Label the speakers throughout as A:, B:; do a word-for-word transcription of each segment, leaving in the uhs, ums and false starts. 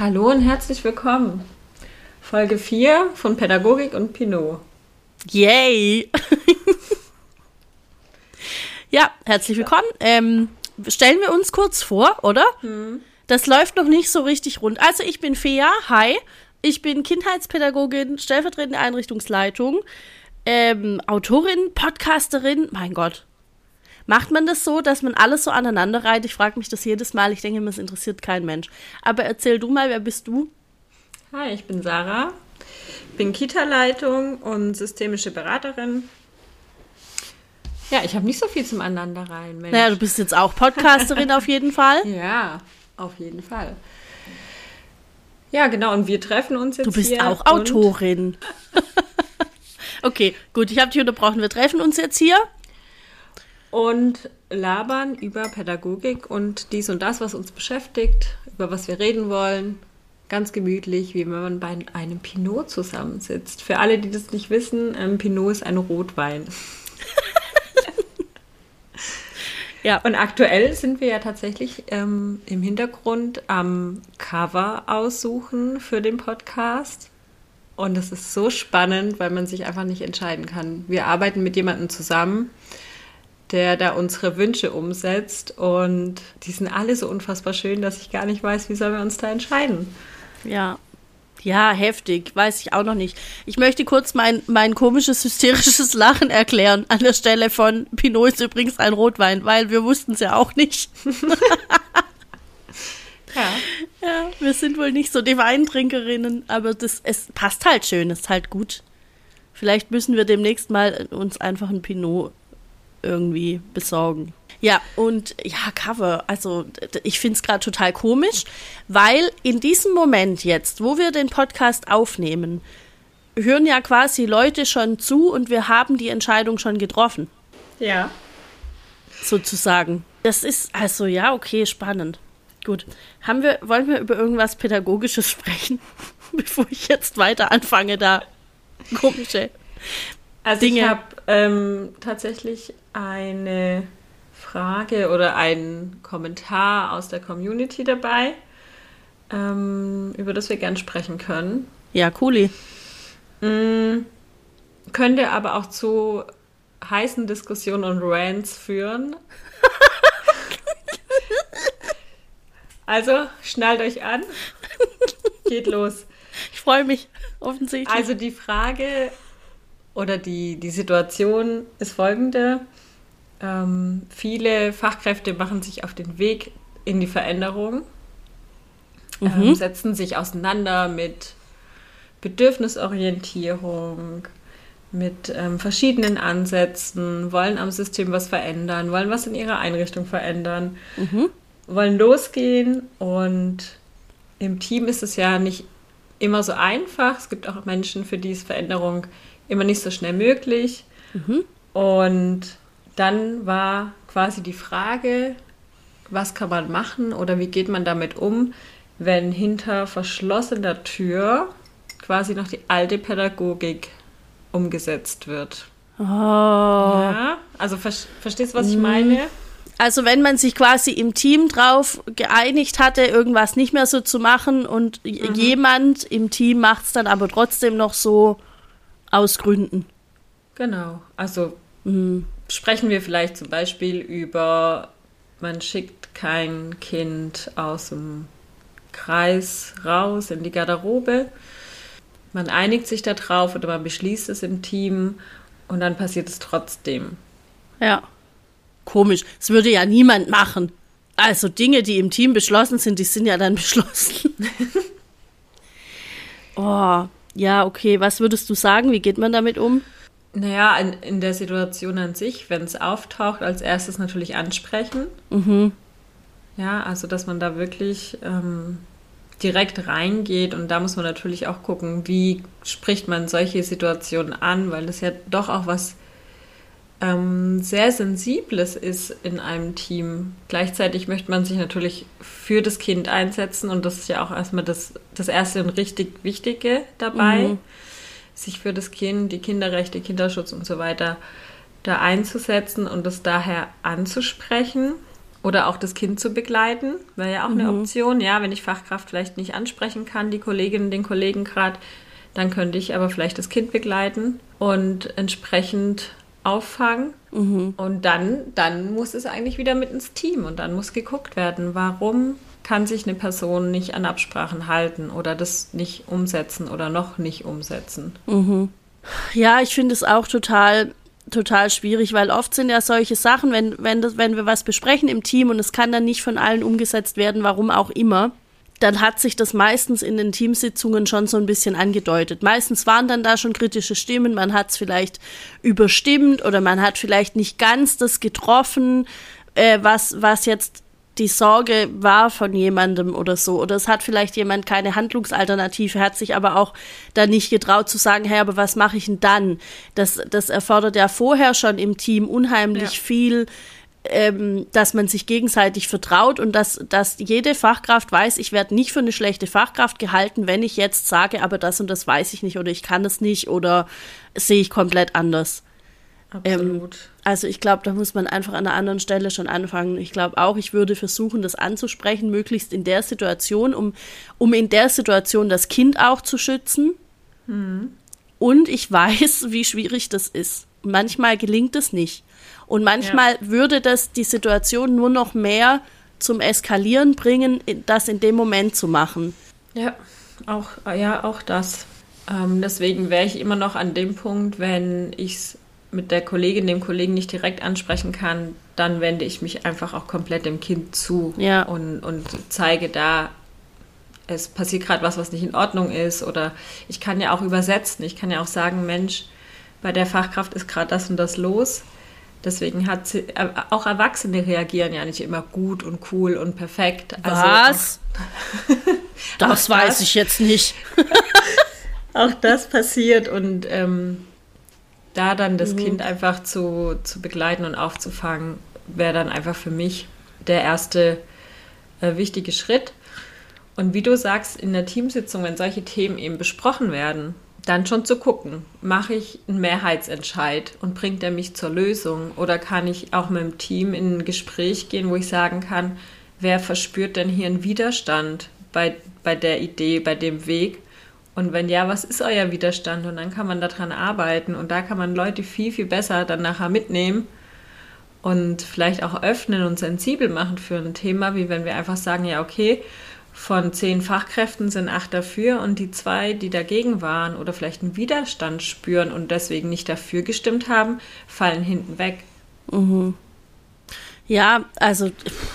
A: Hallo und herzlich willkommen. Folge vier von Pädagogik und Pinot.
B: Yay! Ja, herzlich willkommen. Ähm, stellen wir uns kurz vor, oder? Hm. Das läuft noch nicht so richtig rund. Also ich bin Fea, hi. Ich bin Kindheitspädagogin, stellvertretende Einrichtungsleitung, ähm, Autorin, Podcasterin. Mein Gott. Macht man das so, dass man alles so aneinander reiht? Ich frage mich das jedes Mal. Ich denke immer, es interessiert kein Mensch. Aber erzähl du mal, wer bist du?
A: Hi, ich bin Sarah. Bin Kita-Leitung und systemische Beraterin. Ja, ich habe nicht so viel zum Aneinanderreihen, Mensch.
B: Naja, du bist jetzt auch Podcasterin auf jeden Fall.
A: Ja, auf jeden Fall. Ja, genau, und wir treffen uns jetzt hier.
B: Du bist hier auch Autorin. Okay, gut, ich habe dich unterbrochen. Wir treffen uns jetzt hier.
A: Und labern über Pädagogik und dies und das, was uns beschäftigt, über was wir reden wollen. Ganz gemütlich, wie wenn man bei einem Pinot zusammensitzt. Für alle, die das nicht wissen, ähm, Pinot ist ein Rotwein. Ja. Und aktuell sind wir ja tatsächlich ähm, im Hintergrund am Cover aussuchen für den Podcast. Und es ist so spannend, weil man sich einfach nicht entscheiden kann. Wir arbeiten mit jemandem zusammen, der da unsere Wünsche umsetzt. Und die sind alle so unfassbar schön, dass ich gar nicht weiß, wie sollen wir uns da entscheiden.
B: Ja. Ja, heftig, weiß ich auch noch nicht. Ich möchte kurz mein, mein komisches, hysterisches Lachen erklären an der Stelle von Pinot ist übrigens ein Rotwein, weil wir wussten es ja auch nicht. Ja. Ja, wir sind wohl nicht so die Weintrinkerinnen, aber das, es passt halt schön, ist halt gut. Vielleicht müssen wir demnächst mal uns einfach ein Pinot irgendwie besorgen. Ja, und ja, Cover, also ich finde es gerade total komisch, weil in diesem Moment jetzt, wo wir den Podcast aufnehmen, hören ja quasi Leute schon zu und wir haben die Entscheidung schon getroffen.
A: Ja.
B: Sozusagen. Das ist, also ja, okay, spannend. Gut. Haben wir, wollen wir über irgendwas Pädagogisches sprechen, bevor ich jetzt weiter anfange, da komische
A: also
B: Dinge.
A: Ich habe ähm, tatsächlich eine Frage oder einen Kommentar aus der Community dabei, ähm, über das wir gern sprechen können.
B: Ja, cooli.
A: Mm, könnte aber auch zu heißen Diskussionen und Rants führen. Also, schnallt euch an. Geht los.
B: Ich freue mich, offensichtlich.
A: Also die Frage oder die, die Situation ist folgende. Ähm, viele Fachkräfte machen sich auf den Weg in die Veränderung, mhm. ähm, setzen sich auseinander mit Bedürfnisorientierung, mit ähm, verschiedenen Ansätzen, wollen am System was verändern, wollen was in ihrer Einrichtung verändern, mhm. wollen losgehen. Und im Team ist es ja nicht immer so einfach. Es gibt auch Menschen, für die ist Veränderung immer nicht so schnell möglich. Mhm. Und dann war quasi die Frage, was kann man machen oder wie geht man damit um, wenn hinter verschlossener Tür quasi noch die alte Pädagogik umgesetzt wird.
B: Oh.
A: Ja, also ver- verstehst du, was ich meine?
B: Also wenn man sich quasi im Team drauf geeinigt hatte, irgendwas nicht mehr so zu machen und mhm. jemand im Team macht es dann aber trotzdem noch so aus Gründen.
A: Genau, also mhm. sprechen wir vielleicht zum Beispiel über, man schickt kein Kind aus dem Kreis raus in die Garderobe. Man einigt sich da drauf oder man beschließt es im Team und dann passiert es trotzdem.
B: Ja, komisch. Das würde ja niemand machen. Also Dinge, die im Team beschlossen sind, die sind ja dann beschlossen. Oh, ja, okay. Was würdest du sagen? Wie geht man damit um?
A: Naja, in, in der Situation an sich, wenn es auftaucht, als erstes natürlich ansprechen.
B: Mhm.
A: Ja, also dass man da wirklich ähm, direkt reingeht und da muss man natürlich auch gucken, wie spricht man solche Situationen an, weil das ja doch auch was ähm, sehr Sensibles ist in einem Team. Gleichzeitig möchte man sich natürlich für das Kind einsetzen und das ist ja auch erstmal das, das Erste und richtig Wichtige dabei. Mhm. Sich für das Kind, die Kinderrechte, Kinderschutz und so weiter da einzusetzen und das daher anzusprechen. Oder auch das Kind zu begleiten, wäre ja auch mhm. eine Option. Ja, wenn ich Fachkraft vielleicht nicht ansprechen kann, die Kolleginnen, den Kollegen gerade, dann könnte ich aber vielleicht das Kind begleiten und entsprechend auffangen. Mhm. Und dann, dann muss es eigentlich wieder mit ins Team und dann muss geguckt werden, warum kann sich eine Person nicht an Absprachen halten oder das nicht umsetzen oder noch nicht umsetzen.
B: Mhm. Ja, ich finde es auch total... total schwierig, weil oft sind ja solche Sachen, wenn, wenn, das, wenn wir was besprechen im Team und es kann dann nicht von allen umgesetzt werden, warum auch immer, dann hat sich das meistens in den Teamsitzungen schon so ein bisschen angedeutet. Meistens waren dann da schon kritische Stimmen, man hat es vielleicht überstimmt oder man hat vielleicht nicht ganz das getroffen, äh, was, was jetzt die Sorge war von jemandem oder so. Oder es hat vielleicht jemand keine Handlungsalternative, hat sich aber auch da nicht getraut zu sagen, hey, aber was mache ich denn dann? Das, das erfordert ja vorher schon im Team unheimlich ja. viel, ähm, dass man sich gegenseitig vertraut und dass, dass jede Fachkraft weiß, ich werde nicht für eine schlechte Fachkraft gehalten, wenn ich jetzt sage, aber das und das weiß ich nicht oder ich kann es nicht oder sehe ich komplett anders.
A: Absolut.
B: Ähm, also ich glaube, da muss man einfach an einer anderen Stelle schon anfangen. Ich glaube auch, ich würde versuchen, das anzusprechen, möglichst in der Situation, um, um in der Situation das Kind auch zu schützen. Mhm. Und ich weiß, wie schwierig das ist. Manchmal gelingt es nicht. Und manchmal ja. würde das die Situation nur noch mehr zum Eskalieren bringen, das in dem Moment zu machen.
A: Ja, auch, ja, auch das. Ähm, deswegen wäre ich immer noch an dem Punkt, wenn ich es mit der Kollegin, dem Kollegen nicht direkt ansprechen kann, dann wende ich mich einfach auch komplett dem Kind zu
B: ja.
A: und, und zeige da, es passiert gerade was, was nicht in Ordnung ist oder ich kann ja auch übersetzen, ich kann ja auch sagen, Mensch, bei der Fachkraft ist gerade das und das los, deswegen hat sie, auch Erwachsene reagieren ja nicht immer gut und cool und perfekt.
B: Also was? Auch, das weiß das, ich jetzt nicht.
A: Auch das passiert und ähm, da dann das mhm. Kind einfach zu, zu begleiten und aufzufangen, wäre dann einfach für mich der erste äh, wichtige Schritt. Und wie du sagst, in der Teamsitzung, wenn solche Themen eben besprochen werden, dann schon zu gucken, mache ich einen Mehrheitsentscheid und bringt er mich zur Lösung? Oder kann ich auch mit dem Team in ein Gespräch gehen, wo ich sagen kann, wer verspürt denn hier einen Widerstand bei, bei der Idee, bei dem Weg? Und wenn ja, was ist euer Widerstand? Und dann kann man daran arbeiten und da kann man Leute viel, viel besser dann nachher mitnehmen und vielleicht auch öffnen und sensibel machen für ein Thema, wie wenn wir einfach sagen, ja okay, von zehn Fachkräften sind acht dafür und die zwei, die dagegen waren oder vielleicht einen Widerstand spüren und deswegen nicht dafür gestimmt haben, fallen hinten weg.
B: Mhm. Ja, also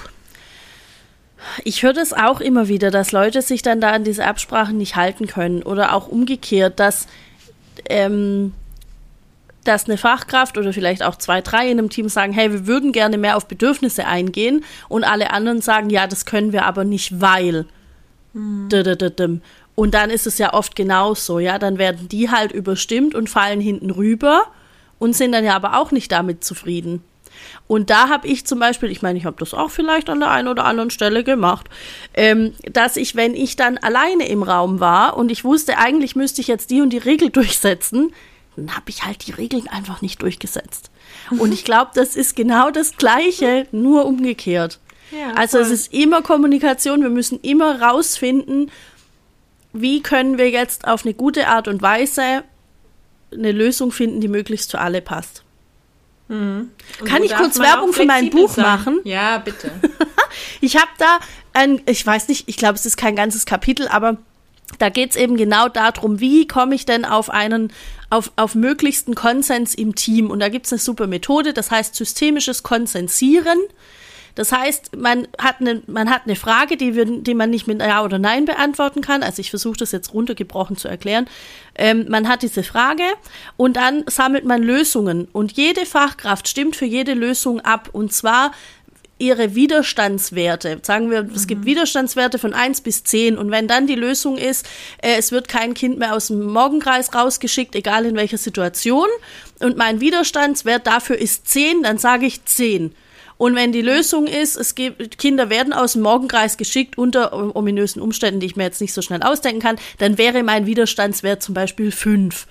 B: ich höre das auch immer wieder, dass Leute sich dann da an diese Absprachen nicht halten können oder auch umgekehrt, dass, ähm, dass eine Fachkraft oder vielleicht auch zwei, drei in einem Team sagen, hey, wir würden gerne mehr auf Bedürfnisse eingehen und alle anderen sagen, ja, das können wir aber nicht, weil. Mhm. Und dann ist es ja oft genauso, ja, dann werden die halt überstimmt und fallen hinten rüber und sind dann ja aber auch nicht damit zufrieden. Und da habe ich zum Beispiel, ich meine, ich habe das auch vielleicht an der einen oder anderen Stelle gemacht, ähm, dass ich, wenn ich dann alleine im Raum war und ich wusste, eigentlich müsste ich jetzt die und die Regel durchsetzen, dann habe ich halt die Regeln einfach nicht durchgesetzt. Mhm. Und ich glaube, das ist genau das Gleiche, nur umgekehrt. Ja, also voll. Es ist immer Kommunikation, wir müssen immer rausfinden, wie können wir jetzt auf eine gute Art und Weise eine Lösung finden, die möglichst für alle passt. Mhm. Kann ich kurz Werbung für mein Buch sein. machen?
A: Ja, bitte.
B: Ich habe da ein, ich weiß nicht, ich glaube, es ist kein ganzes Kapitel, aber da geht es eben genau darum, wie komme ich denn auf einen, auf, auf möglichsten Konsens im Team. Und da gibt es eine super Methode, das heißt systemisches Konsensieren. Das heißt, man hat eine, man hat eine Frage, die, wir, die man nicht mit Ja oder Nein beantworten kann. Also ich versuche das jetzt runtergebrochen zu erklären. Ähm, man hat diese Frage und dann sammelt man Lösungen. Und jede Fachkraft stimmt für jede Lösung ab. Und zwar ihre Widerstandswerte. Sagen wir, mhm. es gibt Widerstandswerte von eins bis zehn. Und wenn dann die Lösung ist, äh, es wird kein Kind mehr aus dem Morgenkreis rausgeschickt, egal in welcher Situation. Und mein Widerstandswert dafür ist zehn, dann sage ich zehn. Und wenn die Lösung ist, es gibt, Kinder werden aus dem Morgenkreis geschickt unter ominösen Umständen, die ich mir jetzt nicht so schnell ausdenken kann, dann wäre mein Widerstandswert zum Beispiel fünf.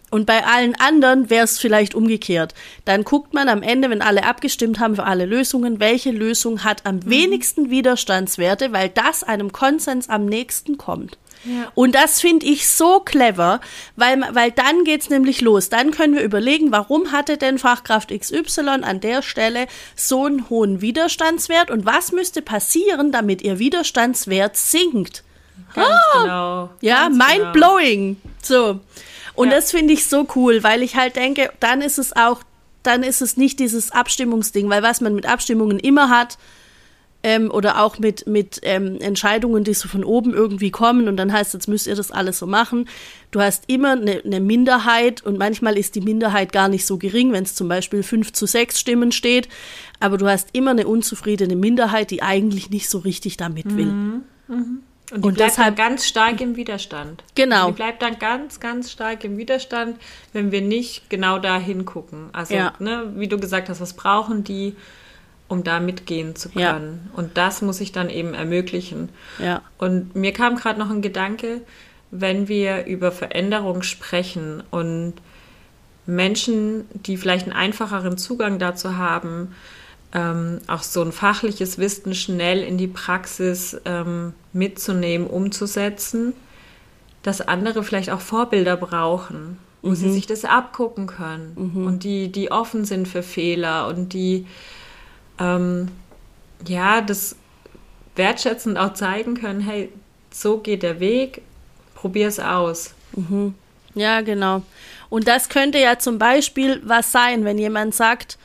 B: Und bei allen anderen wäre es vielleicht umgekehrt. Dann guckt man am Ende, wenn alle abgestimmt haben für alle Lösungen, welche Lösung hat am mhm. wenigsten Widerstandswerte, weil das einem Konsens am nächsten kommt. Ja. Und das finde ich so clever, weil, weil dann geht's nämlich los. Dann können wir überlegen, warum hatte denn Fachkraft X Y an der Stelle so einen hohen Widerstandswert und was müsste passieren, damit ihr Widerstandswert sinkt.
A: Ganz ah, genau.
B: Ja, mind-blowing. So. Und ja. das finde ich so cool, weil ich halt denke, dann ist es auch, dann ist es nicht dieses Abstimmungsding, weil was man mit Abstimmungen immer hat, ähm, oder auch mit, mit ähm, Entscheidungen, die so von oben irgendwie kommen und dann heißt, jetzt müsst ihr das alles so machen. Du hast immer eine, eine Minderheit und manchmal ist die Minderheit gar nicht so gering, wenn es zum Beispiel fünf zu sechs Stimmen steht, aber du hast immer eine unzufriedene Minderheit, die eigentlich nicht so richtig damit will.
A: Mhm. Mhm. Und die und bleibt deshalb, dann ganz stark im Widerstand.
B: Genau.
A: Die bleibt dann ganz, ganz stark im Widerstand, wenn wir nicht genau da hingucken. Also, ja. ne, wie du gesagt hast, was brauchen die, um da mitgehen zu können? Ja. Und das muss ich dann eben ermöglichen.
B: Ja.
A: Und mir kam gerade noch ein Gedanke, wenn wir über Veränderung sprechen und Menschen, die vielleicht einen einfacheren Zugang dazu haben, Ähm, auch so ein fachliches Wissen schnell in die Praxis ähm, mitzunehmen, umzusetzen, dass andere vielleicht auch Vorbilder brauchen, wo mhm. sie sich das abgucken können mhm. und die, die offen sind für Fehler und die ähm, ja, das wertschätzend auch zeigen können, hey, so geht der Weg, probier's aus.
B: Mhm. Ja, genau. Und das könnte ja zum Beispiel was sein, wenn jemand sagt,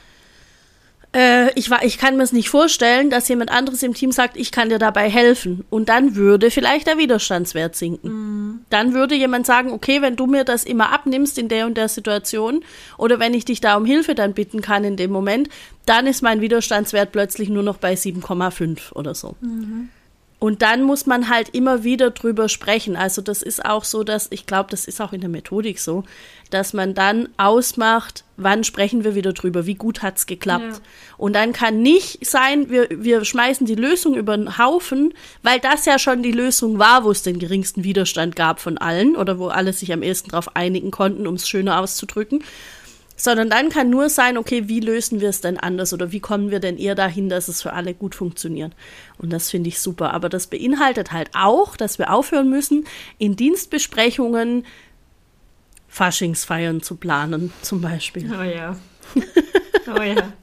B: Ich, war, ich kann mir es nicht vorstellen, dass jemand anderes im Team sagt, ich kann dir dabei helfen. Und dann würde vielleicht der Widerstandswert sinken. Mhm. Dann würde jemand sagen, okay, wenn du mir das immer abnimmst in der und der Situation oder wenn ich dich da um Hilfe dann bitten kann in dem Moment, dann ist mein Widerstandswert plötzlich nur noch bei sieben Komma fünf oder so. Mhm. Und dann muss man halt immer wieder drüber sprechen. Also das ist auch so, dass, ich glaube, das ist auch in der Methodik so, dass man dann ausmacht, wann sprechen wir wieder drüber, wie gut hat's geklappt. Ja. Und dann kann nicht sein, wir, wir schmeißen die Lösung über den Haufen, weil das ja schon die Lösung war, wo es den geringsten Widerstand gab von allen oder wo alle sich am ehesten darauf einigen konnten, um es schöner auszudrücken. Sondern dann kann nur sein, okay, wie lösen wir es denn anders oder wie kommen wir denn eher dahin, dass es für alle gut funktioniert. Und das finde ich super. Aber das beinhaltet halt auch, dass wir aufhören müssen, in Dienstbesprechungen Faschingsfeiern zu planen, zum Beispiel.
A: Oh ja. Oh ja.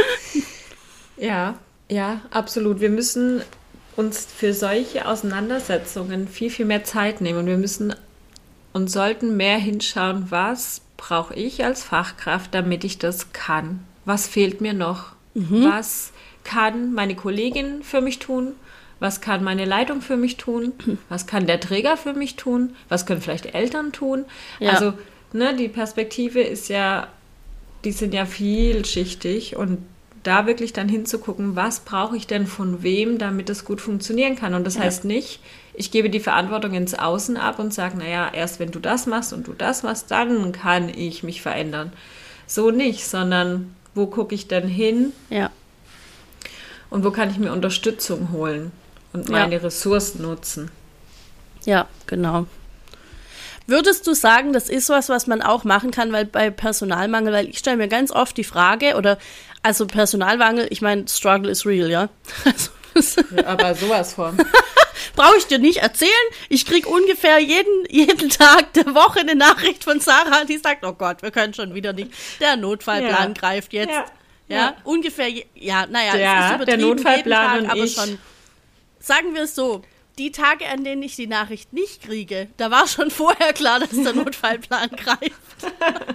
A: Ja, ja, absolut. Wir müssen uns für solche Auseinandersetzungen viel, viel mehr Zeit nehmen. Und wir müssen und sollten mehr hinschauen, was brauche ich als Fachkraft, damit ich das kann? Was fehlt mir noch? Mhm. Was kann meine Kollegin für mich tun? Was kann meine Leitung für mich tun? Was kann der Träger für mich tun? Was können vielleicht Eltern tun? Ja. Also, ne, die Perspektive ist ja, die sind ja vielschichtig und da wirklich dann hinzugucken, was brauche ich denn von wem, damit es gut funktionieren kann. Und das ja. heißt nicht, ich gebe die Verantwortung ins Außen ab und sage, naja, erst wenn du das machst und du das machst, dann kann ich mich verändern. So nicht, sondern wo gucke ich denn hin?
B: Ja.
A: Und wo kann ich mir Unterstützung holen und meine ja. Ressourcen nutzen?
B: Ja, genau. Würdest du sagen, das ist was, was man auch machen kann, weil bei Personalmangel, weil ich stelle mir ganz oft die Frage, oder also Personalmangel, ich meine, Struggle is real, ja? Also,
A: ja aber sowas von.
B: Brauche ich dir nicht erzählen. Ich kriege ungefähr jeden, jeden Tag der Woche eine Nachricht von Sarah, die sagt, oh Gott, wir können schon wieder nicht. Der Notfallplan ja. greift jetzt. Ja, ja, ja. ungefähr, ja, naja,
A: ja,
B: es ist übertrieben
A: der Notfallplan
B: jeden Tag,
A: und
B: aber
A: ich.
B: schon, sagen wir es so, die Tage, an denen ich die Nachricht nicht kriege, da war schon vorher klar, dass der Notfallplan greift.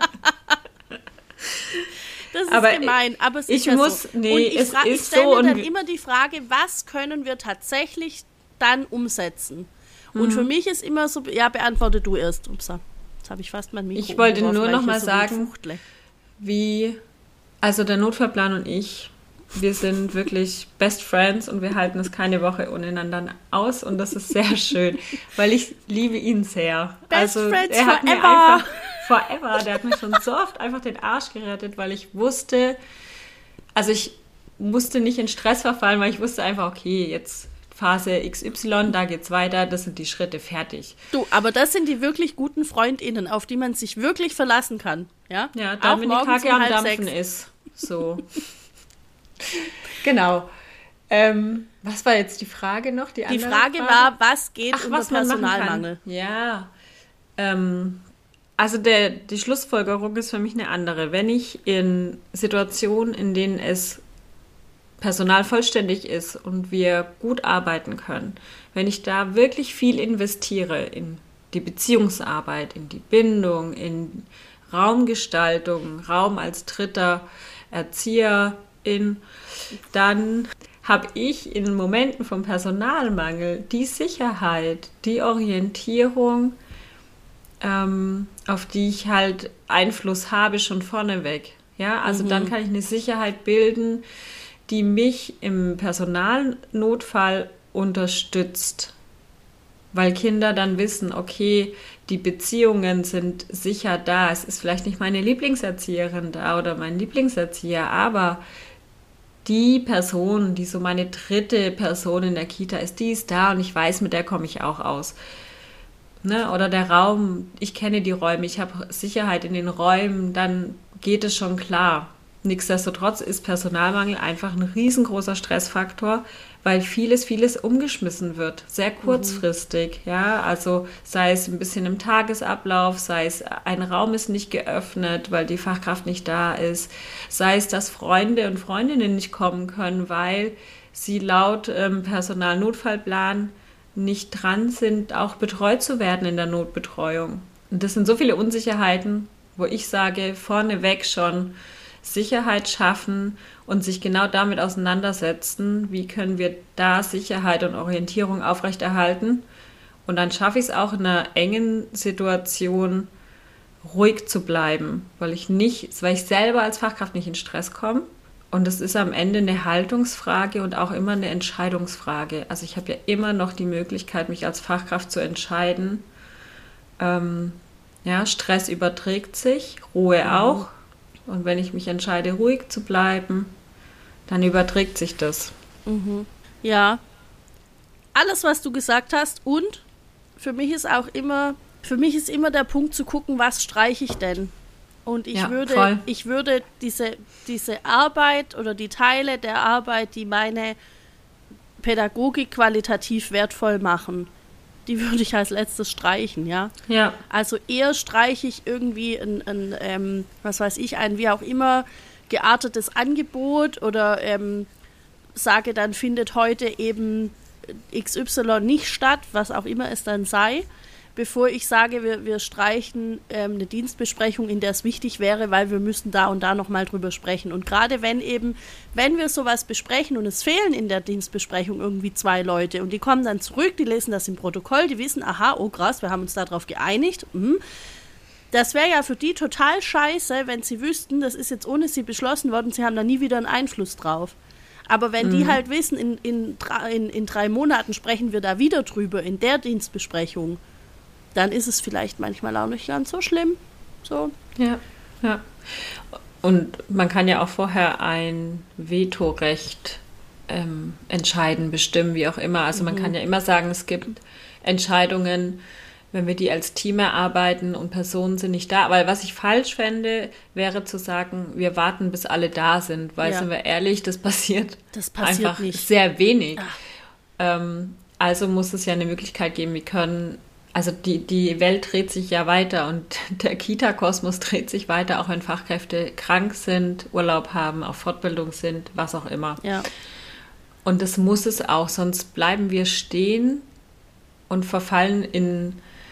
B: Das ist aber gemein, aber es ist
A: ich
B: ja
A: muss,
B: so.
A: Nee,
B: und ich,
A: es
B: fra- ich
A: ist
B: stelle
A: so
B: mir dann immer die Frage, was können wir tatsächlich dann umsetzen? Mhm. Und für mich ist immer so, ja, beantworte du erst. Ups, jetzt habe ich fast mein Mikro.
A: Ich wollte nur noch mal so sagen, wie, also der Notfallplan und ich, wir sind wirklich Best Friends und wir halten es keine Woche untereinander aus und das ist sehr schön, weil ich liebe ihn sehr.
B: Best
A: also,
B: Friends
A: er hat
B: forever.
A: Mir einfach, forever, der hat mir schon so oft einfach den Arsch gerettet, weil ich wusste, also ich musste nicht in Stress verfallen, weil ich wusste einfach, okay, jetzt Phase X Y, da geht's weiter, das sind die Schritte, fertig.
B: Du, aber das sind die wirklich guten FreundInnen, auf die man sich wirklich verlassen kann. Ja,
A: ja dann, wenn die Kacke am Dampfen ist. So. Genau. Ähm, was war jetzt die Frage noch? Die,
B: die Frage, Frage war, was geht Ach, unter was Personalmangel?
A: Ja, ähm, also der, die Schlussfolgerung ist für mich eine andere. Wenn ich in Situationen, in denen es Personal vollständig ist und wir gut arbeiten können, wenn ich da wirklich viel investiere in die Beziehungsarbeit, in die Bindung, in Raumgestaltung, Raum als dritter Erzieherin, dann habe ich in Momenten vom Personalmangel die Sicherheit, die Orientierung, ähm, auf die ich halt Einfluss habe, schon vorneweg. Ja, also mhm. dann kann ich eine Sicherheit bilden, die mich im Personalnotfall unterstützt, weil Kinder dann wissen, okay, die Beziehungen sind sicher da. Es ist vielleicht nicht meine Lieblingserzieherin da oder mein Lieblingserzieher, aber die Person, die so meine dritte Person in der Kita ist, die ist da und ich weiß, mit der komme ich auch aus. Ne? Oder der Raum, ich kenne die Räume, ich habe Sicherheit in den Räumen, dann geht es schon klar. Nichtsdestotrotz ist Personalmangel einfach ein riesengroßer Stressfaktor, weil vieles, vieles umgeschmissen wird, sehr kurzfristig. Mhm. Ja, also sei es ein bisschen im Tagesablauf, sei es ein Raum ist nicht geöffnet, weil die Fachkraft nicht da ist, sei es, dass Freunde und Freundinnen nicht kommen können, weil sie laut ähm, Personalnotfallplan nicht dran sind, auch betreut zu werden in der Notbetreuung. Und das sind so viele Unsicherheiten, wo ich sage, vorneweg schon Sicherheit schaffen und sich genau damit auseinandersetzen, wie können wir da Sicherheit und Orientierung aufrechterhalten. Und dann schaffe ich es auch in einer engen Situation ruhig zu bleiben, weil ich nicht, weil ich selber als Fachkraft nicht in Stress komme. Und es ist am Ende eine Haltungsfrage und auch immer eine Entscheidungsfrage. Also ich habe ja immer noch die Möglichkeit, mich als Fachkraft zu entscheiden. Ähm, ja, Stress überträgt sich, Ruhe auch. Und wenn ich mich entscheide, ruhig zu bleiben, dann überträgt sich das.
B: Mhm. Ja, alles, was du gesagt hast. Und für mich ist auch immer, für mich ist immer der Punkt zu gucken, was streiche ich denn? Und ich ja, würde, voll. ich würde diese, diese Arbeit oder die Teile der Arbeit, die meine Pädagogik qualitativ wertvoll machen, die würde ich als letztes streichen, ja.
A: Ja.
B: Also eher streiche ich irgendwie ein, ein ähm, was weiß ich, ein wie auch immer geartetes Angebot oder ähm, sage dann, findet heute eben X Y nicht statt, was auch immer es dann sei, bevor ich sage, wir, wir streichen ähm, eine Dienstbesprechung, in der es wichtig wäre, weil wir müssen da und da nochmal drüber sprechen. Und gerade wenn eben, wenn wir sowas besprechen und es fehlen in der Dienstbesprechung irgendwie zwei Leute und die kommen dann zurück, die lesen das im Protokoll, die wissen, aha, oh krass, wir haben uns darauf geeinigt. Mhm. Das wäre ja für die total scheiße, wenn sie wüssten, das ist jetzt ohne sie beschlossen worden, sie haben da nie wieder einen Einfluss drauf. Aber wenn mhm. die halt wissen, in, in, in, in drei Monaten sprechen wir da wieder drüber, in der Dienstbesprechung, dann ist es vielleicht manchmal auch nicht ganz so schlimm. So.
A: Ja, ja. Und man kann ja auch vorher ein Vetorecht ähm, entscheiden, bestimmen, wie auch immer. Also mhm. man kann ja immer sagen, es gibt Entscheidungen, wenn wir die als Team erarbeiten und Personen sind nicht da. Aber was ich falsch fände, wäre zu sagen, wir warten, bis alle da sind. Weil, ja. sind wir ehrlich, das passiert,
B: das passiert
A: einfach
B: nicht.
A: sehr wenig. Ähm, also muss es ja eine Möglichkeit geben, wir können Also die, die Welt dreht sich ja weiter und der Kita-Kosmos dreht sich weiter, auch wenn Fachkräfte krank sind, Urlaub haben, auf Fortbildung sind, was auch immer.
B: Ja.
A: Und das muss es auch, sonst bleiben wir stehen und verfallen in,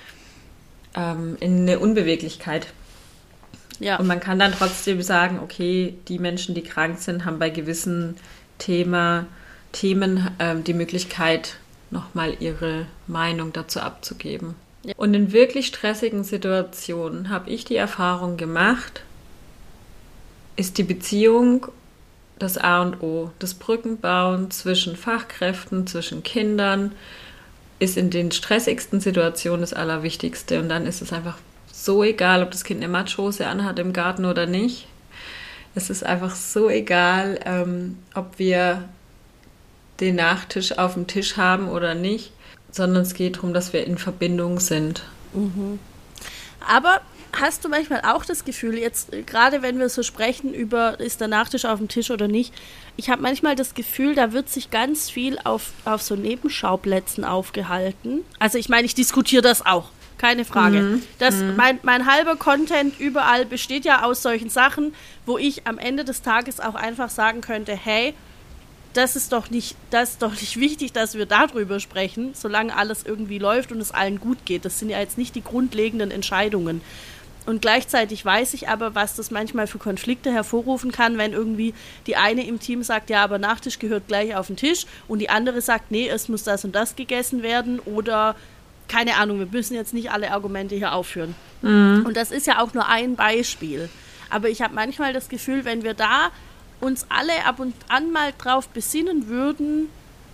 A: ähm, in eine Unbeweglichkeit.
B: Ja.
A: Und man kann dann trotzdem sagen, okay, die Menschen, die krank sind, haben bei gewissen Thema, Themen ähm, die Möglichkeit, nochmal ihre Meinung dazu abzugeben. Ja. Und in wirklich stressigen Situationen habe ich die Erfahrung gemacht, ist die Beziehung das A und O. Das Brückenbauen zwischen Fachkräften, zwischen Kindern ist in den stressigsten Situationen das Allerwichtigste. Und dann ist es einfach so egal, ob das Kind eine Matschhose anhat im Garten oder nicht. Es ist einfach so egal, ähm, ob wir den Nachtisch auf dem Tisch haben oder nicht, sondern es geht darum, dass wir in Verbindung sind.
B: Mhm. Aber hast du manchmal auch das Gefühl, jetzt gerade wenn wir so sprechen über, ist der Nachtisch auf dem Tisch oder nicht, ich habe manchmal das Gefühl, da wird sich ganz viel auf, auf so Nebenschauplätzen aufgehalten. Also ich meine, ich diskutiere das auch, keine Frage. Mhm. Das, mhm. mein, mein halber Content überall besteht ja aus solchen Sachen, wo ich am Ende des Tages auch einfach sagen könnte, hey, das ist doch nicht, das ist doch nicht wichtig, dass wir darüber sprechen, solange alles irgendwie läuft und es allen gut geht. Das sind ja jetzt nicht die grundlegenden Entscheidungen. Und gleichzeitig weiß ich aber, was das manchmal für Konflikte hervorrufen kann, wenn irgendwie die eine im Team sagt, ja, aber Nachtisch gehört gleich auf den Tisch und die andere sagt, nee, es muss das und das gegessen werden oder keine Ahnung, wir müssen jetzt nicht alle Argumente hier aufführen. Mhm. Und das ist ja auch nur ein Beispiel. Aber ich habe manchmal das Gefühl, wenn wir da uns alle ab und an mal drauf besinnen würden,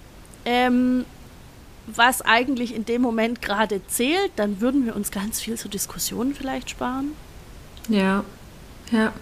B: ähm, was eigentlich in dem Moment gerade zählt, dann würden wir uns ganz viel zu Diskussionen vielleicht sparen.
A: Ja, ja.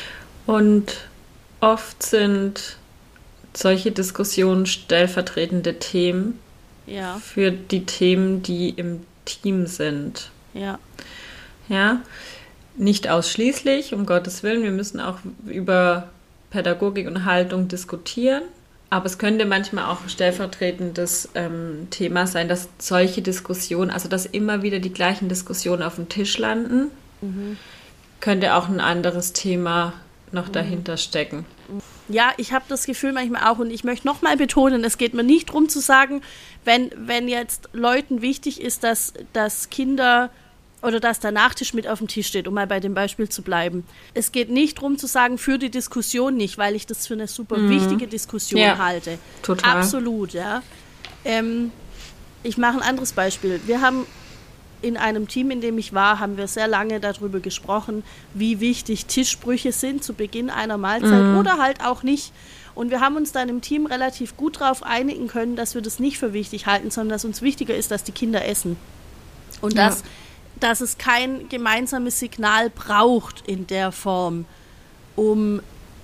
A: Und oft sind solche Diskussionen stellvertretende Themen
B: ja.
A: für die Themen, die im Team sind.
B: Ja.
A: Ja, nicht ausschließlich, um Gottes Willen. Wir müssen auch über Pädagogik und Haltung diskutieren. Aber es könnte manchmal auch ein stellvertretendes ähm, Thema sein, dass solche Diskussionen, also dass immer wieder die gleichen Diskussionen auf dem Tisch landen, mhm. könnte auch ein anderes Thema noch mhm. dahinter stecken.
B: Ja, ich habe das Gefühl manchmal auch und ich möchte nochmal betonen, es geht mir nicht darum zu sagen, wenn, wenn jetzt Leuten wichtig ist, dass, dass Kinder oder dass der Nachtisch mit auf dem Tisch steht, um mal bei dem Beispiel zu bleiben. Es geht nicht darum zu sagen, für die Diskussion nicht, weil ich das für eine super mhm. wichtige Diskussion
A: ja,
B: halte.
A: Total.
B: Absolut, ja. Ähm, ich mache ein anderes Beispiel. Wir haben in einem Team, in dem ich war, haben wir sehr lange darüber gesprochen, wie wichtig Tischbrüche sind zu Beginn einer Mahlzeit mhm. oder halt auch nicht. Und wir haben uns dann im Team relativ gut darauf einigen können, dass wir das nicht für wichtig halten, sondern dass uns wichtiger ist, dass die Kinder essen. Und ja. dass dass es kein gemeinsames Signal braucht in der Form, um,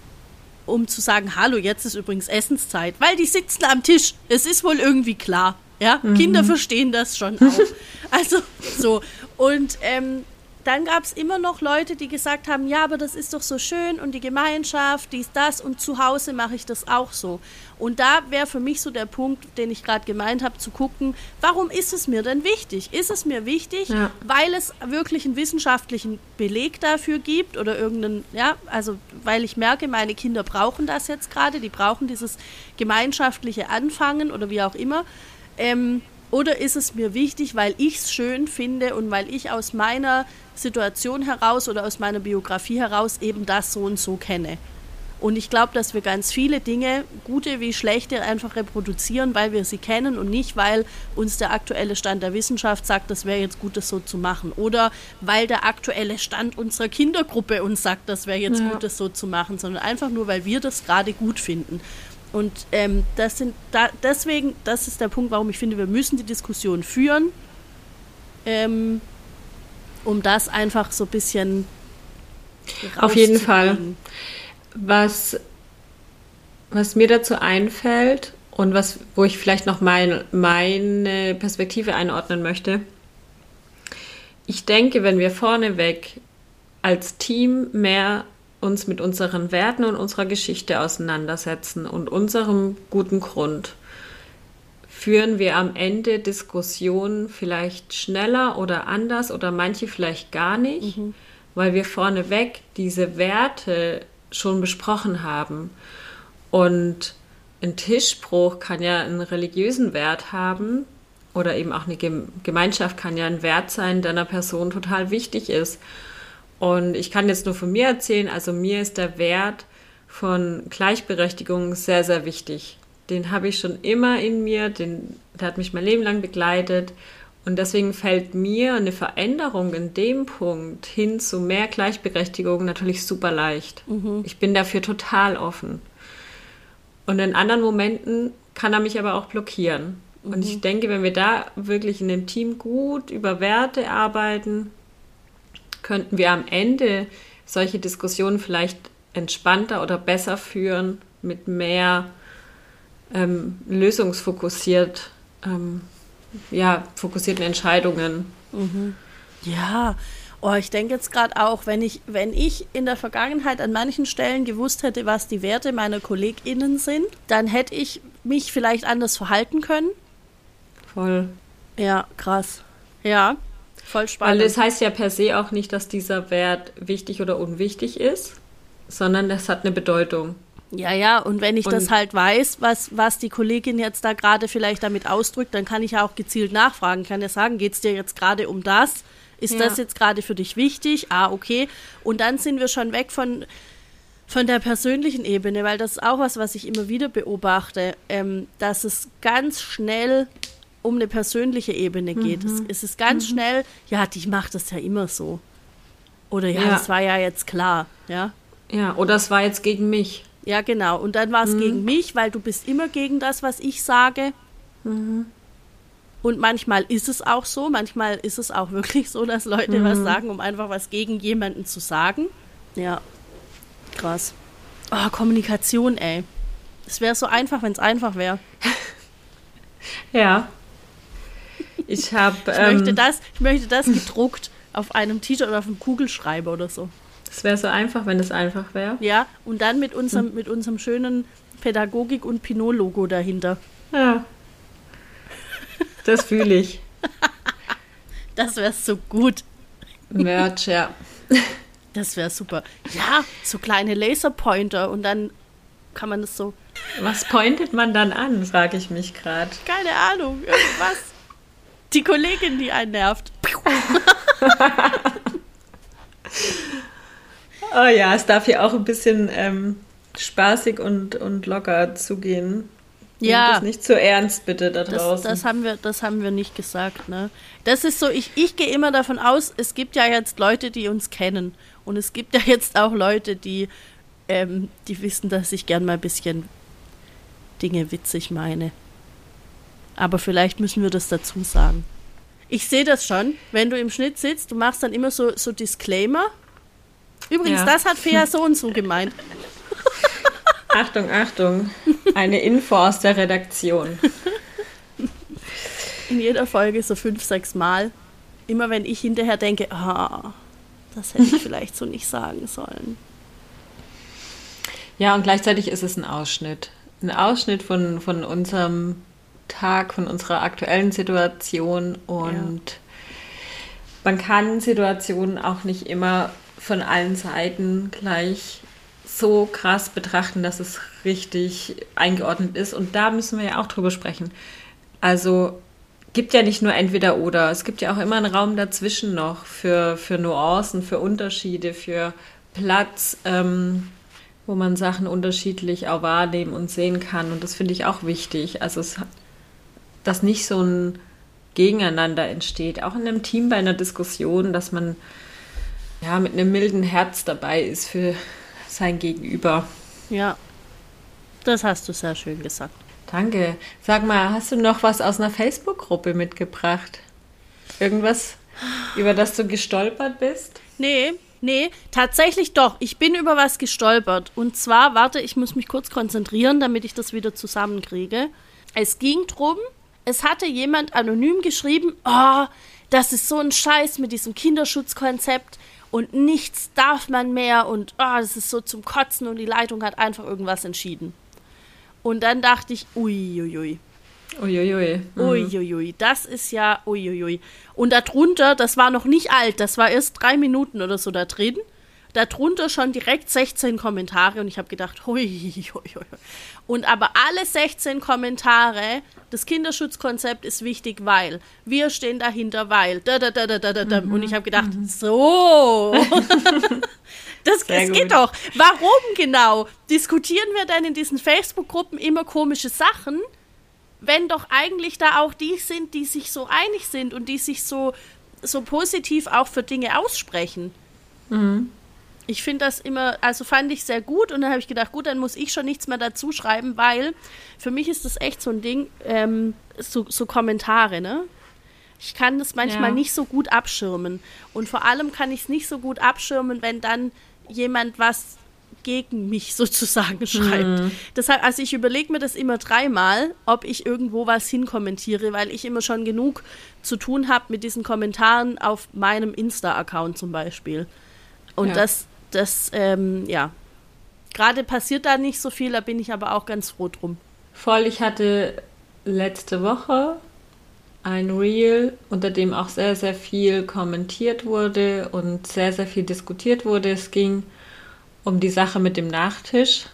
B: um zu sagen, hallo, jetzt ist übrigens Essenszeit, weil die sitzen am Tisch, es ist wohl irgendwie klar, ja, mhm. Kinder verstehen das schon auch. Also so, und ähm, dann gab es immer noch Leute, die gesagt haben, ja, aber das ist doch so schön und die Gemeinschaft, dies, das und zu Hause mache ich das auch so. Und da wäre für mich so der Punkt, den ich gerade gemeint habe, zu gucken, warum ist es mir denn wichtig? Ist es mir wichtig, ja. weil es wirklich einen wissenschaftlichen Beleg dafür gibt oder irgendeinen, ja, also weil ich merke, meine Kinder brauchen das jetzt gerade, die brauchen dieses gemeinschaftliche Anfangen oder wie auch immer, ähm, oder ist es mir wichtig, weil ich es schön finde und weil ich aus meiner Situation heraus oder aus meiner Biografie heraus eben das so und so kenne. Und ich glaube, dass wir ganz viele Dinge, gute wie schlechte, einfach reproduzieren, weil wir sie kennen und nicht, weil uns der aktuelle Stand der Wissenschaft sagt, das wäre jetzt gut, das so zu machen. Oder weil der aktuelle Stand unserer Kindergruppe uns sagt, das wäre jetzt ja. gut, das so zu machen, sondern einfach nur, weil wir das gerade gut finden. Und ähm, das sind da, deswegen, das ist der Punkt, warum ich finde, wir müssen die Diskussion führen, ähm, um das einfach so ein bisschen
A: auf jeden Fall. Was, was mir dazu einfällt und was, wo ich vielleicht noch mein, meine Perspektive einordnen möchte, ich denke, wenn wir vorneweg als Team mehr uns mit unseren Werten und unserer Geschichte auseinandersetzen und unserem guten Grund, führen wir am Ende Diskussionen vielleicht schneller oder anders oder manche vielleicht gar nicht, mhm. weil wir vorneweg diese Werte schon besprochen haben. Und ein Tischspruch kann ja einen religiösen Wert haben oder eben auch eine Gemeinschaft kann ja ein Wert sein, der einer Person total wichtig ist. Und ich kann jetzt nur von mir erzählen, also mir ist der Wert von Gleichberechtigung sehr, sehr wichtig. Den habe ich schon immer in mir, den, der hat mich mein Leben lang begleitet. Und deswegen fällt mir eine Veränderung in dem Punkt hin zu mehr Gleichberechtigung natürlich super leicht. Mhm. Ich bin dafür total offen. Und in anderen Momenten kann er mich aber auch blockieren. Mhm. Und ich denke, wenn wir da wirklich in dem Team gut über Werte arbeiten, könnten wir am Ende solche Diskussionen vielleicht entspannter oder besser führen, mit mehr ähm, lösungsfokussiert, ähm, ja, fokussierten Entscheidungen.
B: Mhm. Ja, oh, ich denke jetzt gerade auch, wenn ich, wenn ich in der Vergangenheit an manchen Stellen gewusst hätte, was die Werte meiner KollegInnen sind, dann hätte ich mich vielleicht anders verhalten können.
A: Voll.
B: Ja, krass. Ja, voll spannend.
A: Weil das heißt ja per se auch nicht, dass dieser Wert wichtig oder unwichtig ist, sondern das hat eine Bedeutung.
B: Ja, ja, und wenn ich
A: und
B: das halt weiß, was, was die Kollegin jetzt da gerade vielleicht damit ausdrückt, dann kann ich ja auch gezielt nachfragen. Kann ja sagen, geht es dir jetzt gerade um das? Ist ja. das jetzt gerade für dich wichtig? Ah, okay. Und dann sind wir schon weg von, von der persönlichen Ebene, weil das ist auch was, was ich immer wieder beobachte, ähm, dass es ganz schnell um eine persönliche Ebene geht. Mhm. Es, es ist ganz mhm. schnell, ja, die macht das ja immer so. Oder ja, ja, das war ja jetzt klar. Ja,
A: ja, oder es war jetzt gegen mich.
B: Ja, genau. Und dann war es mhm. gegen mich, weil du bist immer gegen das, was ich sage.
A: Mhm.
B: Und manchmal ist es auch so, manchmal ist es auch wirklich so, dass Leute mhm. was sagen, um einfach was gegen jemanden zu sagen. Ja, krass. Oh, Kommunikation, ey. Es wäre so einfach, wenn es einfach wäre.
A: Ja. Ich habe.
B: Ich,
A: ähm,
B: möchte das, ich möchte das gedruckt auf einem T-Shirt oder auf einem Kugelschreiber oder so.
A: Es wäre so einfach, wenn es einfach wäre.
B: Ja, und dann mit unserem, hm. mit unserem schönen Pädagogik- und Pinot-Logo dahinter.
A: Ja. Das fühle ich.
B: Das wäre so gut.
A: Merch, ja.
B: Das wäre super. Ja, so kleine Laserpointer und dann kann man das so.
A: Was pointet man dann an, frage ich mich gerade.
B: Keine Ahnung, irgendwas. Die Kollegin, die einen nervt.
A: Oh ja, es darf hier auch ein bisschen ähm, spaßig und, und locker zugehen.
B: Ja.
A: Nehmt das nicht zu ernst, bitte, da draußen.
B: Das, das, haben wir, das haben wir nicht gesagt, ne? Das ist so, ich, ich gehe immer davon aus, es gibt ja jetzt Leute, die uns kennen. Und es gibt ja jetzt auch Leute, die, ähm, die wissen, dass ich gern mal ein bisschen Dinge witzig meine. Aber vielleicht müssen wir das dazu sagen. Ich sehe das schon, wenn du im Schnitt sitzt, du machst dann immer so, so Disclaimer. Übrigens, ja. Das hat Fea so und so gemeint.
A: Achtung, Achtung, eine Info aus der Redaktion.
B: In jeder Folge so fünf, sechs Mal. Immer wenn ich hinterher denke, ah, das hätte ich vielleicht so nicht sagen sollen.
A: Ja, und gleichzeitig ist es ein Ausschnitt. Ein Ausschnitt von, von unserem Tag, von unserer aktuellen Situation. Und ja. Man kann Situationen auch nicht immer von allen Seiten gleich so krass betrachten, dass es richtig eingeordnet ist. Und da müssen wir ja auch drüber sprechen. Also gibt ja nicht nur entweder oder. Es gibt ja auch immer einen Raum dazwischen noch für, für Nuancen, für Unterschiede, für Platz, ähm, wo man Sachen unterschiedlich auch wahrnehmen und sehen kann. Und das finde ich auch wichtig. Also es, dass nicht so ein Gegeneinander entsteht. Auch in einem Team bei einer Diskussion, dass man ja mit einem milden Herz dabei ist für sein Gegenüber.
B: Ja, das hast du sehr schön gesagt.
A: Danke. Sag mal, hast du noch was aus einer Facebook-Gruppe mitgebracht? Irgendwas, über das du gestolpert bist?
B: Nee, nee, tatsächlich doch. Ich bin über was gestolpert. Und zwar, warte, ich muss mich kurz konzentrieren, damit ich das wieder zusammenkriege. Es ging drum, es hatte jemand anonym geschrieben, oh, das ist so ein Scheiß mit diesem Kinderschutzkonzept. Und nichts darf man mehr und oh, das ist so zum Kotzen und die Leitung hat einfach irgendwas entschieden. Und dann dachte ich, uiuiui.
A: Uiuiui. Mhm.
B: Uiuiui, das ist ja uiuiui. Und darunter, das war noch nicht alt, das war erst drei Minuten oder so da drin. Darunter schon direkt sechzehn Kommentare und ich habe gedacht, uiuiui. Und aber alle sechzehn Kommentare, das Kinderschutzkonzept ist wichtig, weil wir stehen dahinter, weil da, da, da, da, da, da. Mhm. Und ich habe gedacht, mhm. so, das, das geht doch. Warum genau diskutieren wir denn in diesen Facebook-Gruppen immer komische Sachen, wenn doch eigentlich da auch die sind, die sich so einig sind und die sich so, so positiv auch für Dinge aussprechen?
A: Mhm.
B: Ich finde das immer, also fand ich sehr gut und dann habe ich gedacht, gut, dann muss ich schon nichts mehr dazu schreiben, weil für mich ist das echt so ein Ding, ähm, so, so Kommentare, ne? Ich kann das manchmal ja. nicht so gut abschirmen und vor allem kann ich es nicht so gut abschirmen, wenn dann jemand was gegen mich sozusagen schreibt. Mhm. Deshalb, also ich überlege mir das immer dreimal, ob ich irgendwo was hinkommentiere, weil ich immer schon genug zu tun habe mit diesen Kommentaren auf meinem Insta-Account zum Beispiel. Und ja. das, das, ähm, ja, gerade passiert da nicht so viel, da bin ich aber auch ganz froh drum.
A: Voll, ich hatte letzte Woche ein Reel, unter dem auch sehr, sehr viel kommentiert wurde und sehr, sehr viel diskutiert wurde. Es ging um die Sache mit dem Nachtisch.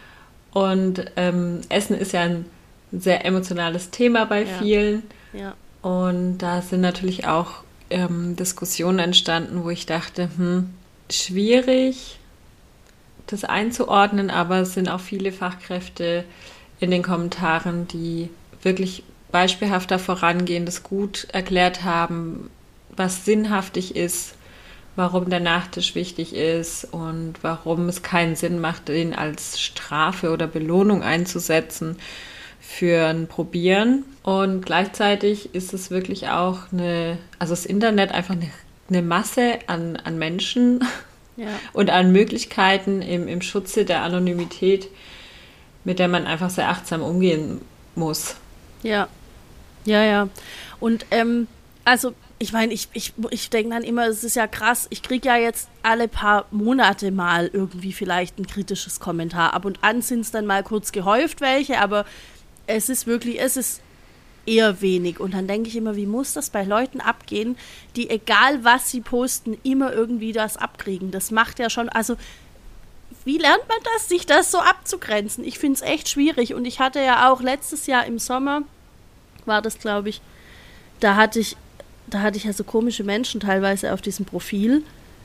A: Und ähm, Essen ist ja ein sehr emotionales Thema bei ja. vielen.
B: Ja.
A: Und da sind natürlich auch ähm, Diskussionen entstanden, wo ich dachte, hm, schwierig, das einzuordnen, aber es sind auch viele Fachkräfte in den Kommentaren, die wirklich beispielhafter vorangehen, das gut erklärt haben, was sinnhaftig ist, warum der Nachtisch wichtig ist und warum es keinen Sinn macht, den als Strafe oder Belohnung einzusetzen für ein Probieren. Und gleichzeitig ist es wirklich auch eine, also das Internet einfach eine, eine Masse an, an Menschen
B: ja.
A: und an Möglichkeiten im, im Schutze der Anonymität, mit der man einfach sehr achtsam umgehen muss.
B: Ja, ja, ja. Und ähm, also ich meine, ich, ich, ich denke dann immer, es ist ja krass, ich kriege ja jetzt alle paar Monate mal irgendwie vielleicht ein kritisches Kommentar. Ab und an sind es dann mal kurz gehäuft welche, aber es ist wirklich, es ist eher wenig. Und dann denke ich immer, wie muss das bei Leuten abgehen, die, egal was sie posten, immer irgendwie das abkriegen. Das macht ja schon, also wie lernt man das, sich das so abzugrenzen? Ich finde es echt schwierig. Und ich hatte ja auch letztes Jahr im Sommer, war das, glaube ich, da hatte ich, da hatte ich ja so komische Menschen teilweise auf diesem Profil.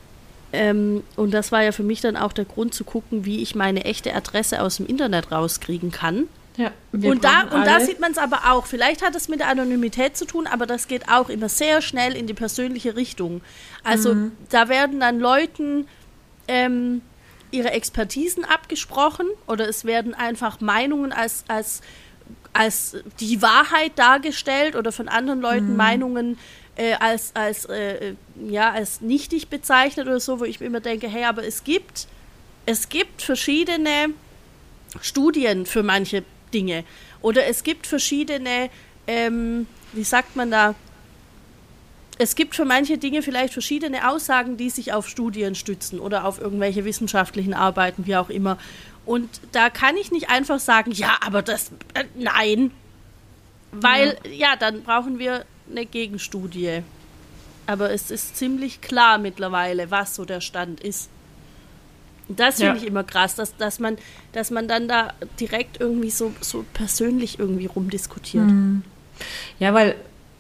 B: Ähm, und das war ja für mich dann auch der Grund zu gucken, wie ich meine echte Adresse aus dem Internet rauskriegen kann.
A: Ja,
B: und da, und da sieht man es aber auch. Vielleicht hat es mit der Anonymität zu tun, aber das geht auch immer sehr schnell in die persönliche Richtung. Also mhm. da werden dann Leuten ähm, ihre Expertisen abgesprochen oder es werden einfach Meinungen als, als, als die Wahrheit dargestellt oder von anderen Leuten mhm. Meinungen äh, als, als, äh, ja, als nichtig bezeichnet oder so, wo ich mir immer denke, hey, aber es gibt, es gibt verschiedene Studien für manche Dinge oder es gibt verschiedene, ähm, wie sagt man da, es gibt für manche Dinge vielleicht verschiedene Aussagen, die sich auf Studien stützen oder auf irgendwelche wissenschaftlichen Arbeiten, wie auch immer. Und da kann ich nicht einfach sagen, ja, aber das, äh, nein. Weil, ja. ja, dann brauchen wir eine Gegenstudie. Aber es ist ziemlich klar mittlerweile, was so der Stand ist. Das finde ja. ich immer krass, dass, dass, man, dass man dann da direkt irgendwie so, so persönlich irgendwie rumdiskutiert.
A: Mhm. Ja, weil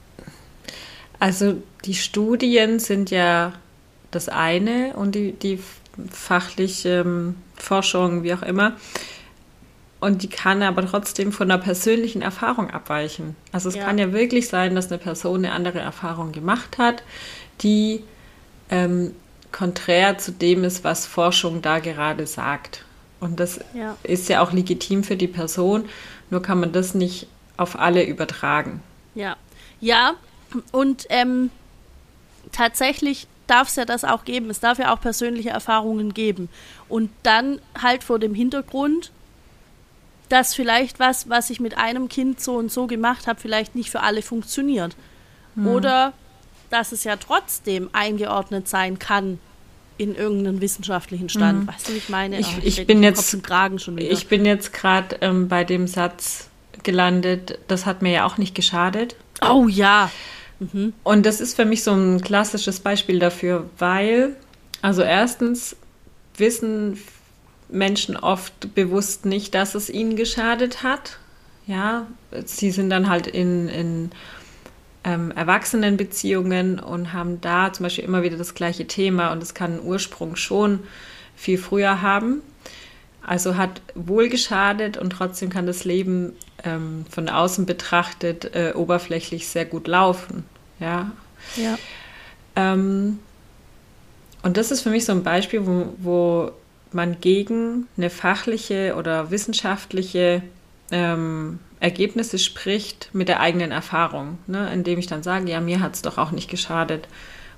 A: also die Studien sind ja das eine und die, die fachliche ähm, Forschung, wie auch immer. Und die kann aber trotzdem von einer persönlichen Erfahrung abweichen. Also es ja. kann ja wirklich sein, dass eine Person eine andere Erfahrung gemacht hat, die ähm, konträr zu dem ist, was Forschung da gerade sagt. Und das ja. ist ja auch legitim für die Person, nur kann man das nicht auf alle übertragen.
B: Ja, ja. Und ähm, tatsächlich darf es ja das auch geben. Es darf ja auch persönliche Erfahrungen geben. Und dann halt vor dem Hintergrund, dass vielleicht was, was ich mit einem Kind so und so gemacht habe, vielleicht nicht für alle funktioniert. Hm. Oder dass es ja trotzdem eingeordnet sein kann in irgendeinen wissenschaftlichen Stand. Hm. Weißt du, wie ich meine?
A: Ich,
B: oh,
A: ich, ich bin jetzt,
B: schon wieder.
A: Ich bin jetzt gerade ähm, bei dem Satz gelandet, das hat mir ja auch nicht geschadet.
B: Oh ja. Mhm.
A: Und das ist für mich so ein klassisches Beispiel dafür, weil, also erstens wissen Menschen oft bewusst nicht, dass es ihnen geschadet hat. Ja, sie sind dann halt in, in ähm, Erwachsenenbeziehungen und haben da zum Beispiel immer wieder das gleiche Thema und es kann einen Ursprung schon viel früher haben. Also hat wohl geschadet und trotzdem kann das Leben ähm, von außen betrachtet äh, oberflächlich sehr gut laufen. Ja.
B: Ja.
A: Ähm, und das ist für mich so ein Beispiel, wo, wo man gegen eine fachliche oder wissenschaftliche ähm, Ergebnisse spricht mit der eigenen Erfahrung, ne? Indem ich dann sage, ja, mir hat es doch auch nicht geschadet.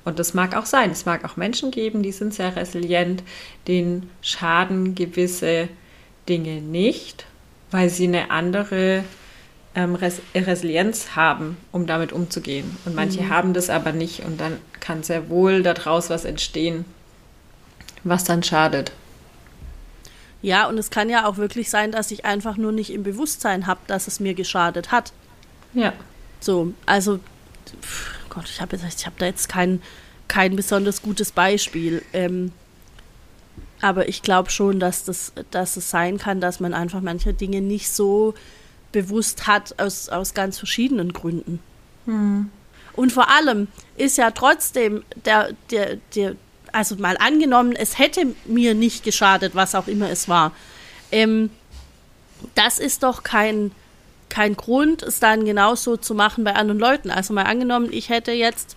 A: Und das mag auch sein. Es mag auch Menschen geben, die sind sehr resilient, denen schaden gewisse Dinge nicht, weil sie eine andere ähm, Res- Resilienz haben, um damit umzugehen. Und manche mhm. haben das aber nicht. Und dann kann sehr wohl daraus was entstehen, was dann schadet.
B: Ja, und es kann ja auch wirklich sein, dass ich einfach nur nicht im Bewusstsein habe, dass es mir geschadet hat.
A: Ja.
B: So, also, pf, Gott, ich habe ich hab da jetzt kein, kein besonders gutes Beispiel. Ähm, aber ich glaube schon, dass, das, dass es sein kann, dass man einfach manche Dinge nicht so bewusst hat, aus, aus ganz verschiedenen Gründen.
A: Hm.
B: Und vor allem ist ja trotzdem der, der, der also mal angenommen, es hätte mir nicht geschadet, was auch immer es war. Ähm, das ist doch kein, kein Grund, es dann genauso zu machen bei anderen Leuten. Also mal angenommen, ich hätte jetzt,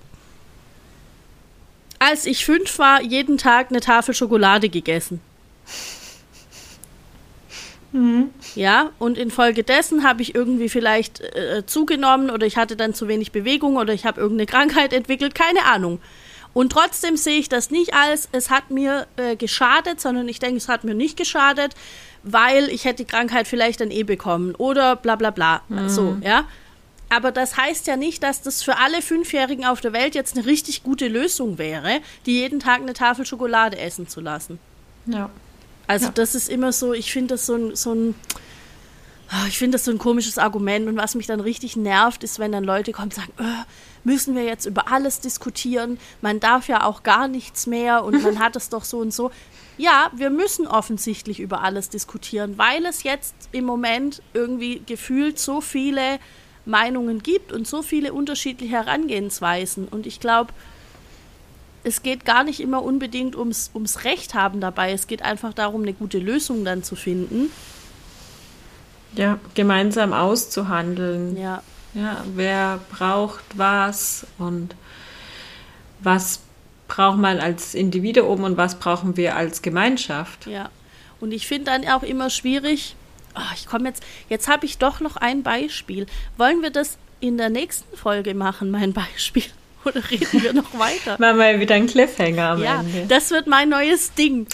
B: als ich fünf war, jeden Tag eine Tafel Schokolade gegessen.
A: Mhm.
B: Ja, und infolgedessen habe ich irgendwie vielleicht äh, zugenommen oder ich hatte dann zu wenig Bewegung oder ich habe irgendeine Krankheit entwickelt, keine Ahnung. Und trotzdem sehe ich das nicht als, es hat mir äh, geschadet, sondern ich denke, es hat mir nicht geschadet, weil ich hätte die Krankheit vielleicht dann eh bekommen oder bla bla bla. Mhm. So, ja. Aber das heißt ja nicht, dass das für alle Fünfjährigen auf der Welt jetzt eine richtig gute Lösung wäre, die jeden Tag eine Tafel Schokolade essen zu lassen.
A: Ja.
B: Also
A: ja.
B: das ist immer so, ich finde das so ein, so ein Ich finde das so ein komisches Argument und was mich dann richtig nervt, ist, wenn dann Leute kommen und sagen, äh, müssen wir jetzt über alles diskutieren, man darf ja auch gar nichts mehr und man hat es doch so und so. Ja, wir müssen offensichtlich über alles diskutieren, weil es jetzt im Moment irgendwie gefühlt so viele Meinungen gibt und so viele unterschiedliche Herangehensweisen. Und ich glaube, es geht gar nicht immer unbedingt ums, ums Recht haben dabei, es geht einfach darum, eine gute Lösung dann zu finden.
A: Ja, gemeinsam auszuhandeln.
B: Ja.
A: Ja, wer braucht was und was braucht man als Individuum und was brauchen wir als Gemeinschaft?
B: Ja, und ich finde dann auch immer schwierig, oh, ich komme jetzt, jetzt habe ich doch noch ein Beispiel. Wollen wir das in der nächsten Folge machen, mein Beispiel? Oder reden wir noch weiter?
A: Machen wir wieder einen Cliffhanger am
B: ja,
A: Ende.
B: Das wird mein neues Ding.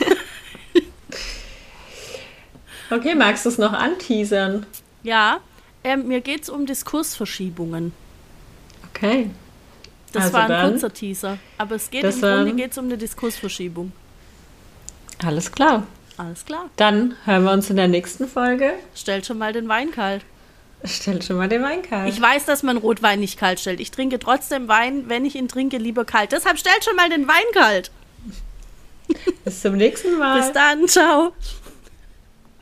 A: Okay, magst du es noch anteasern?
B: Ja, ähm, mir geht es um Diskursverschiebungen.
A: Okay.
B: Das
A: also
B: war ein
A: dann,
B: kurzer Teaser, aber es geht
A: das
B: im Grunde
A: war,
B: geht's um eine Diskursverschiebung.
A: Alles klar.
B: Alles klar.
A: Dann hören wir uns in der nächsten Folge.
B: Stellt schon mal den Wein kalt.
A: Stellt schon mal den Wein kalt.
B: Ich weiß, dass man Rotwein nicht kalt stellt. Ich trinke trotzdem Wein, wenn ich ihn trinke, lieber kalt. Deshalb stellt schon mal den Wein kalt.
A: Bis zum nächsten Mal.
B: Bis dann, ciao.